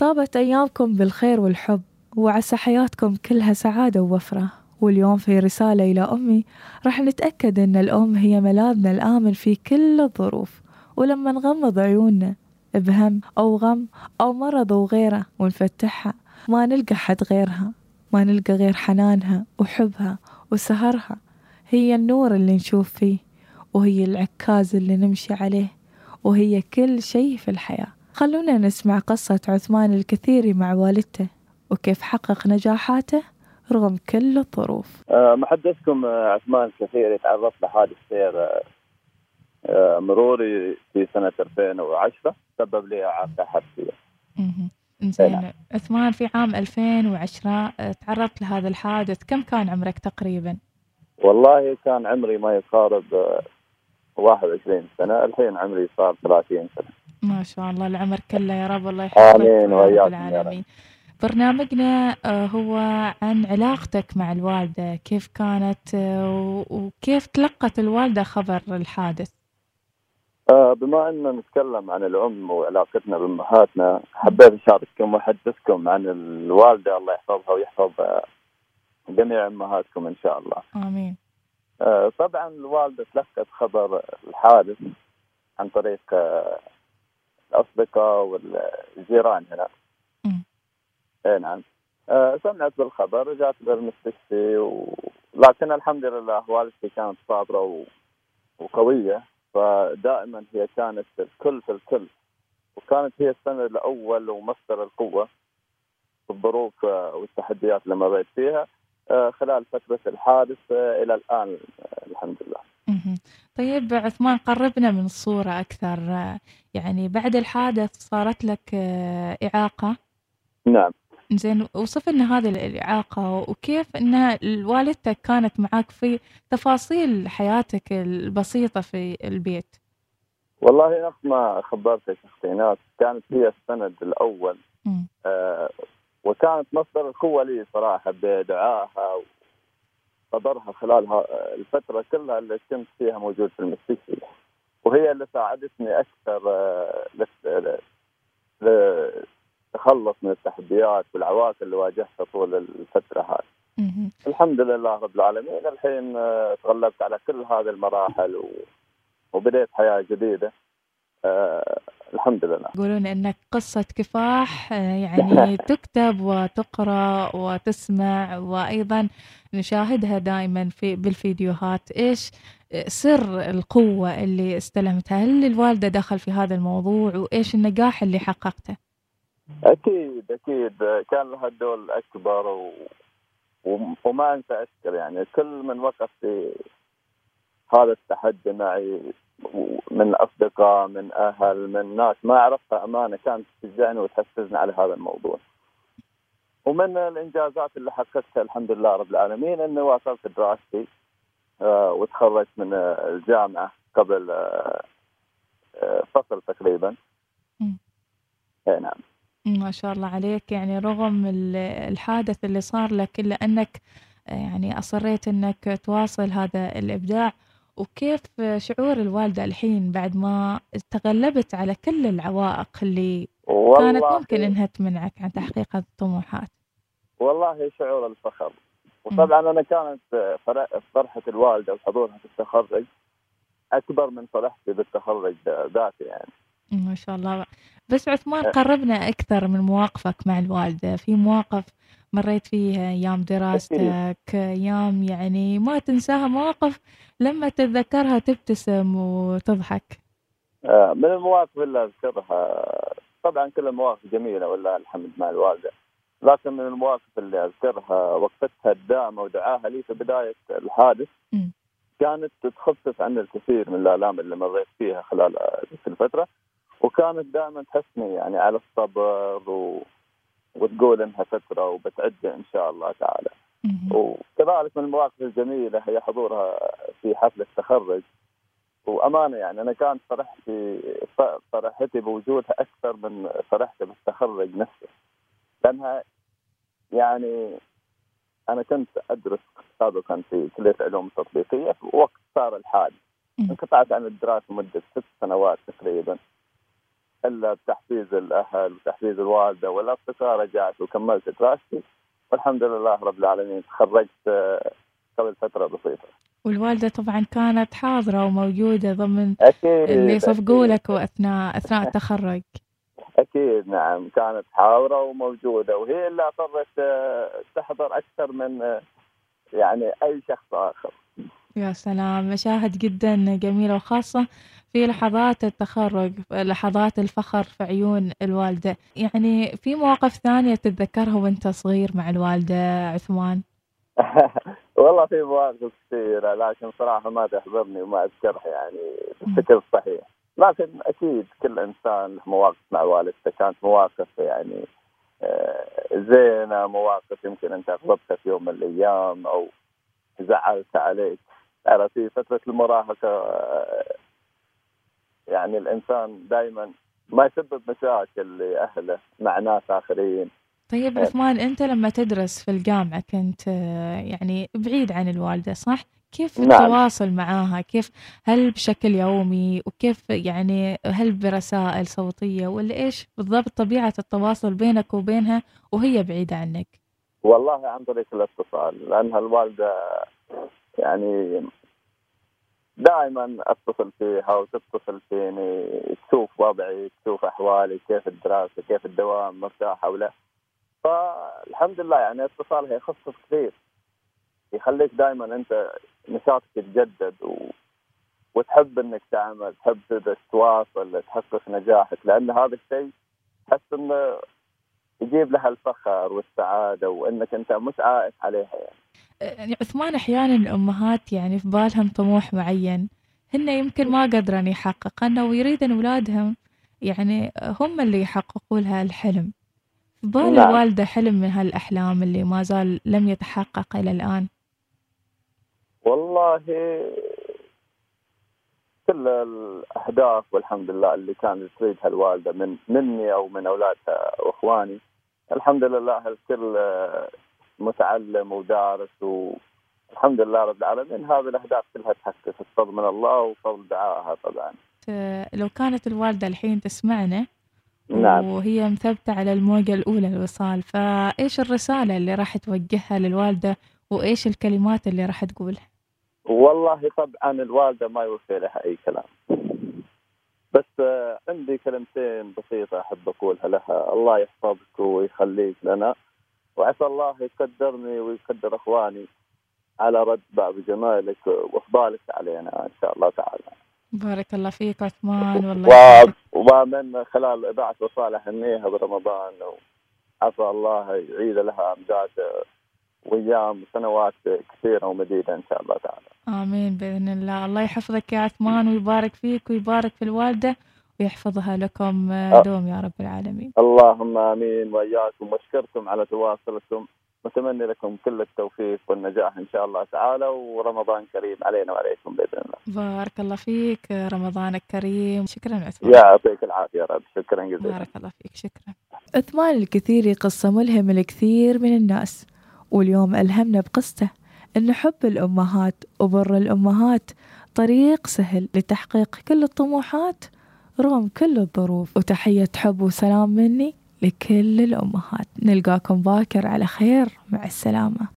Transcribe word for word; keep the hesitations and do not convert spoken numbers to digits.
طابت أيامكم بالخير والحب، وعسى حياتكم كلها سعادة ووفرة. واليوم في رسالة إلى أمي، راح نتأكد أن الأم هي ملاذنا الآمن في كل الظروف. ولما نغمض عيوننا بهم أو غم أو مرض وغيره ونفتحها، ما نلقى حد غيرها، ما نلقى غير حنانها وحبها وسهرها. هي النور اللي نشوف فيه، وهي العكاز اللي نمشي عليه، وهي كل شيء في الحياة. خلونا نسمع قصة عثمان الكثيري مع والدته، وكيف حقق نجاحاته رغم كل الظروف. أه محدثكم عثمان الكثيري تعرض لحادث سير أه مروري في سنة ألفين وعشرة، سبب لي إعاقة حركية. إنزين، عثمان في عام ألفين وعشرة تعرضت لهذا الحادث، كم كان عمرك تقريبا؟ والله كان عمري ما يقارب واحد وعشرين سنة، الحين عمري صار ثلاثين سنة. ما شاء الله، العمر كله يا رب، الله يحفظك آمين يا رب وإياكم العالمين. برنامجنا هو عن علاقتك مع الوالدة، كيف كانت وكيف تلقت الوالدة خبر الحادث؟ آه بما أننا نتكلم عن الأم وعلاقتنا بأمهاتنا، حبيت أشارككم وأحدثكم عن الوالدة، الله يحفظها ويحفظ جميع أمهاتكم إن شاء الله. آمين. آه طبعا الوالدة تلقت خبر الحادث عن طريق آه الأصدقاء والجيران هنا. اي نعم. آه سمعت بالخبر، جات للمستشفى و... لكن الحمد لله والدتي كانت صابرة و... وقوية، فدائما هي كانت الكل في الكل، وكانت هي السند الأول ومصدر القوة في الظروف والتحديات اللي مريت فيها آه خلال فترة الحادث آه إلى الآن آه الحمد لله. طيب عثمان، قربنا من الصورة أكثر، يعني بعد الحادث صارت لك آه إعاقة؟ نعم. زين، وصف لنا هذه الإعاقة وكيف أنها والدتك كانت معك في تفاصيل حياتك البسيطة في البيت. والله نفس ما خبرتك أختي ناس، كانت هي السند الأول آه وكانت مصدر القوة لي صراحة بدعائها وصبرها خلال الفترة كلها اللي كنت فيها موجود في المستشفى، وهي اللي ساعدتني أكثر آه للتخلص من التحديات والعوائق اللي واجهتها طول الفترة هذه. الحمد لله رب العالمين، الحين آه تغلبت على كل هذه المراحل و... وبدأت حياة جديدة. آه الحمد لله. يقولون أنك قصة كفاح يعني تكتب وتقرأ وتسمع وأيضا نشاهدها دائما في بالفيديوهات. إيش سر القوة اللي استلمتها؟ هل الوالدة دخل في هذا الموضوع؟ وإيش النجاح اللي حققته؟ أكيد أكيد كان لها دور أكبر و... وما أنسى أشكر يعني كل من وقف في هذا التحدي معي، من أصدقاء من أهل من ناس ما أعرفها، أمانة كانت تشجعني وتحفزني على هذا الموضوع. ومن الإنجازات اللي حققتها الحمد لله رب العالمين أني واصلت دراستي آه وتخرجت من الجامعة قبل آه فصل تقريبا. اي نعم. ما شاء الله عليك، يعني رغم الحادث اللي صار لك إلا أنك يعني أصريت أنك تواصل هذا الإبداع. وكيف شعور الوالدة الحين بعد ما تغلبت على كل العوائق اللي كانت ممكن أنها تمنعك عن تحقيق الطموحات؟ والله شعور الفخر، وطبعا أنا كانت فرحة الوالدة وحضورها في التخرج أكبر من فرحتي بالتخرج ذاتي يعني. ما شاء الله. بس عثمان، قربنا أكثر من مواقفك مع الوالدة، في مواقف مريت فيها أيام دراستك، أيام يعني ما تنساها، مواقف لما تتذكرها تبتسم وتضحك؟ من المواقف اللي أذكرها طبعا كل المواقف جميلة والله الحمد مع الوالدة، لكن من المواقف اللي أذكرها وقفتها الدعم ودعاها لي في بداية الحادث م. كانت تخفف عن الكثير من الآلام اللي مريت فيها خلال تلك الفترة، وكانت دائما تحثني يعني على الصبر و... وتقول انها فترة وبتعدي ان شاء الله تعالى. وكذلك من المواقف الجميلة هي حضورها في حفل التخرج، وامانة يعني انا كانت فرحتي فرحتي بوجودها اكثر من فرحتي بالتخرج نفسه، لانها يعني انا كنت ادرس سابقا في كلية علوم تطبيقية في وقت صار الحادث، انقطعت عن الدراسة مدة ست سنوات تقريبا، إلا بتحفيز الأهل وتحفيز الوالدة والأصدقاء رجعت وكملت دراستي، والحمد لله رب العالمين. تخرجت آه، قبل فترة بسيطة. والوالدة طبعا كانت حاضرة وموجودة ضمن اللي أكيد صفقوا أكيد لك وأثناء أثناء التخرج. أكيد نعم، كانت حاضرة وموجودة، وهي اللي أصرت آه، تحضر أكثر من آه، يعني أي شخص آخر. يا سلام، مشاهد جدا جميلة، وخاصة في لحظات التخرج، لحظات الفخر في عيون الوالدة. يعني في مواقف ثانية تتذكرها وانت صغير مع الوالدة عثمان؟ والله في مواقف كثيرة، لكن صراحة ما تحضرني وما أذكرها يعني بشكل صحيح. لكن أكيد كل إنسان له مواقف مع والدته، كانت مواقف يعني آه، زينة، مواقف يمكن أنت أغضبتها في يوم من الأيام أو زعلت عليك. ترى في فترة المراهقة آه، يعني الإنسان دائما ما يسبب مشاكل لأهله مع ناس آخرين. طيب عثمان، أنت لما تدرس في الجامعة كنت آه، يعني بعيد عن الوالدة صح؟ كيف نعم. التواصل معاها؟ كيف، هل بشكل يومي، وكيف يعني هل برسائل صوتية، ولا إيش بالضبط طبيعة التواصل بينك وبينها وهي بعيدة عنك؟ والله عن طريق الاتصال، لأنها الوالدة يعني دائما أتصل فيها وتتصل فيني، تشوف وضعي، تشوف أحوالي، كيف الدراسة، كيف الدوام، مرتاح أو لا. فالحمد لله يعني اتصالها يخصص كثير، يخليك دائما أنت نشاطك يتجدد و... وتحب أنك تعمل، تحب تدرس، تواصل، تحقق نجاحك، لأن هذا الشيء تحس أنه يجيب لها الفخر والسعادة، وأنك أنت مش عائد عليها يعني. يعني عثمان، أحيانا الأمهات يعني في بالهم طموح معين هن يمكن ما قدرن يحققن، ويريدن أولادهم يعني هم اللي يحققوا لها الحلم. في بال نعم. الوالدة حلم من هالأحلام اللي ما زال لم يتحقق إلى الآن؟ والله كل الأهداف والحمد لله اللي كانت تريدها الوالدة من مني أو من أولادها وإخواني، الحمد لله الكل متعلم ودارس، والحمد لله رب العالمين هذه الأهداف كلها تحققت بفضل من الله وفضل دعائها طبعا. لو كانت الوالدة الحين تسمعنا نعم. وهي مثبتة على الموجة الأولى الوصال، فإيش الرسالة اللي راح توجهها للوالدة، وإيش الكلمات اللي راح تقولها؟ والله طبعا الوالدة ما يوفي لها أي كلام، بس عندي كلمتين بسيطة أحب أقولها لها. الله يحفظك ويخليك لنا، وعسى الله يقدرني ويقدر إخواني على رد باب جمالك وإقبالك علينا إن شاء الله تعالى. بارك الله فيك عثمان، والله و... يحفظك. ومن خلال إذاعة وصال أهنيها برمضان، وعسى الله يعيد لها أمجاد وأيام وسنوات كثيرة ومديدة إن شاء الله تعالى. آمين بإذن الله. الله يحفظك يا عثمان ويبارك فيك ويبارك في الوالدة ويحفظها لكم دوم يا رب العالمين. اللهم آمين وإياكم، واشكركم على تواصلكم، متمني لكم كل التوفيق والنجاح إن شاء الله تعالى، ورمضان كريم علينا وعليكم بإذن الله. بارك الله فيك، رمضانك كريم. شكرا عثمان. يعطيك العافية يا رب، شكرا جزيلا. بارك الله فيك، شكرا. عثمان الكثيري قصة ملهمة لكثير من الناس، واليوم ألهمنا بقصته إن حب الأمهات وبر الأمهات طريق سهل لتحقيق كل الطموحات رغم كل الظروف. وتحية حب وسلام مني لكل الأمهات. نلقاكم باكر على خير، مع السلامة.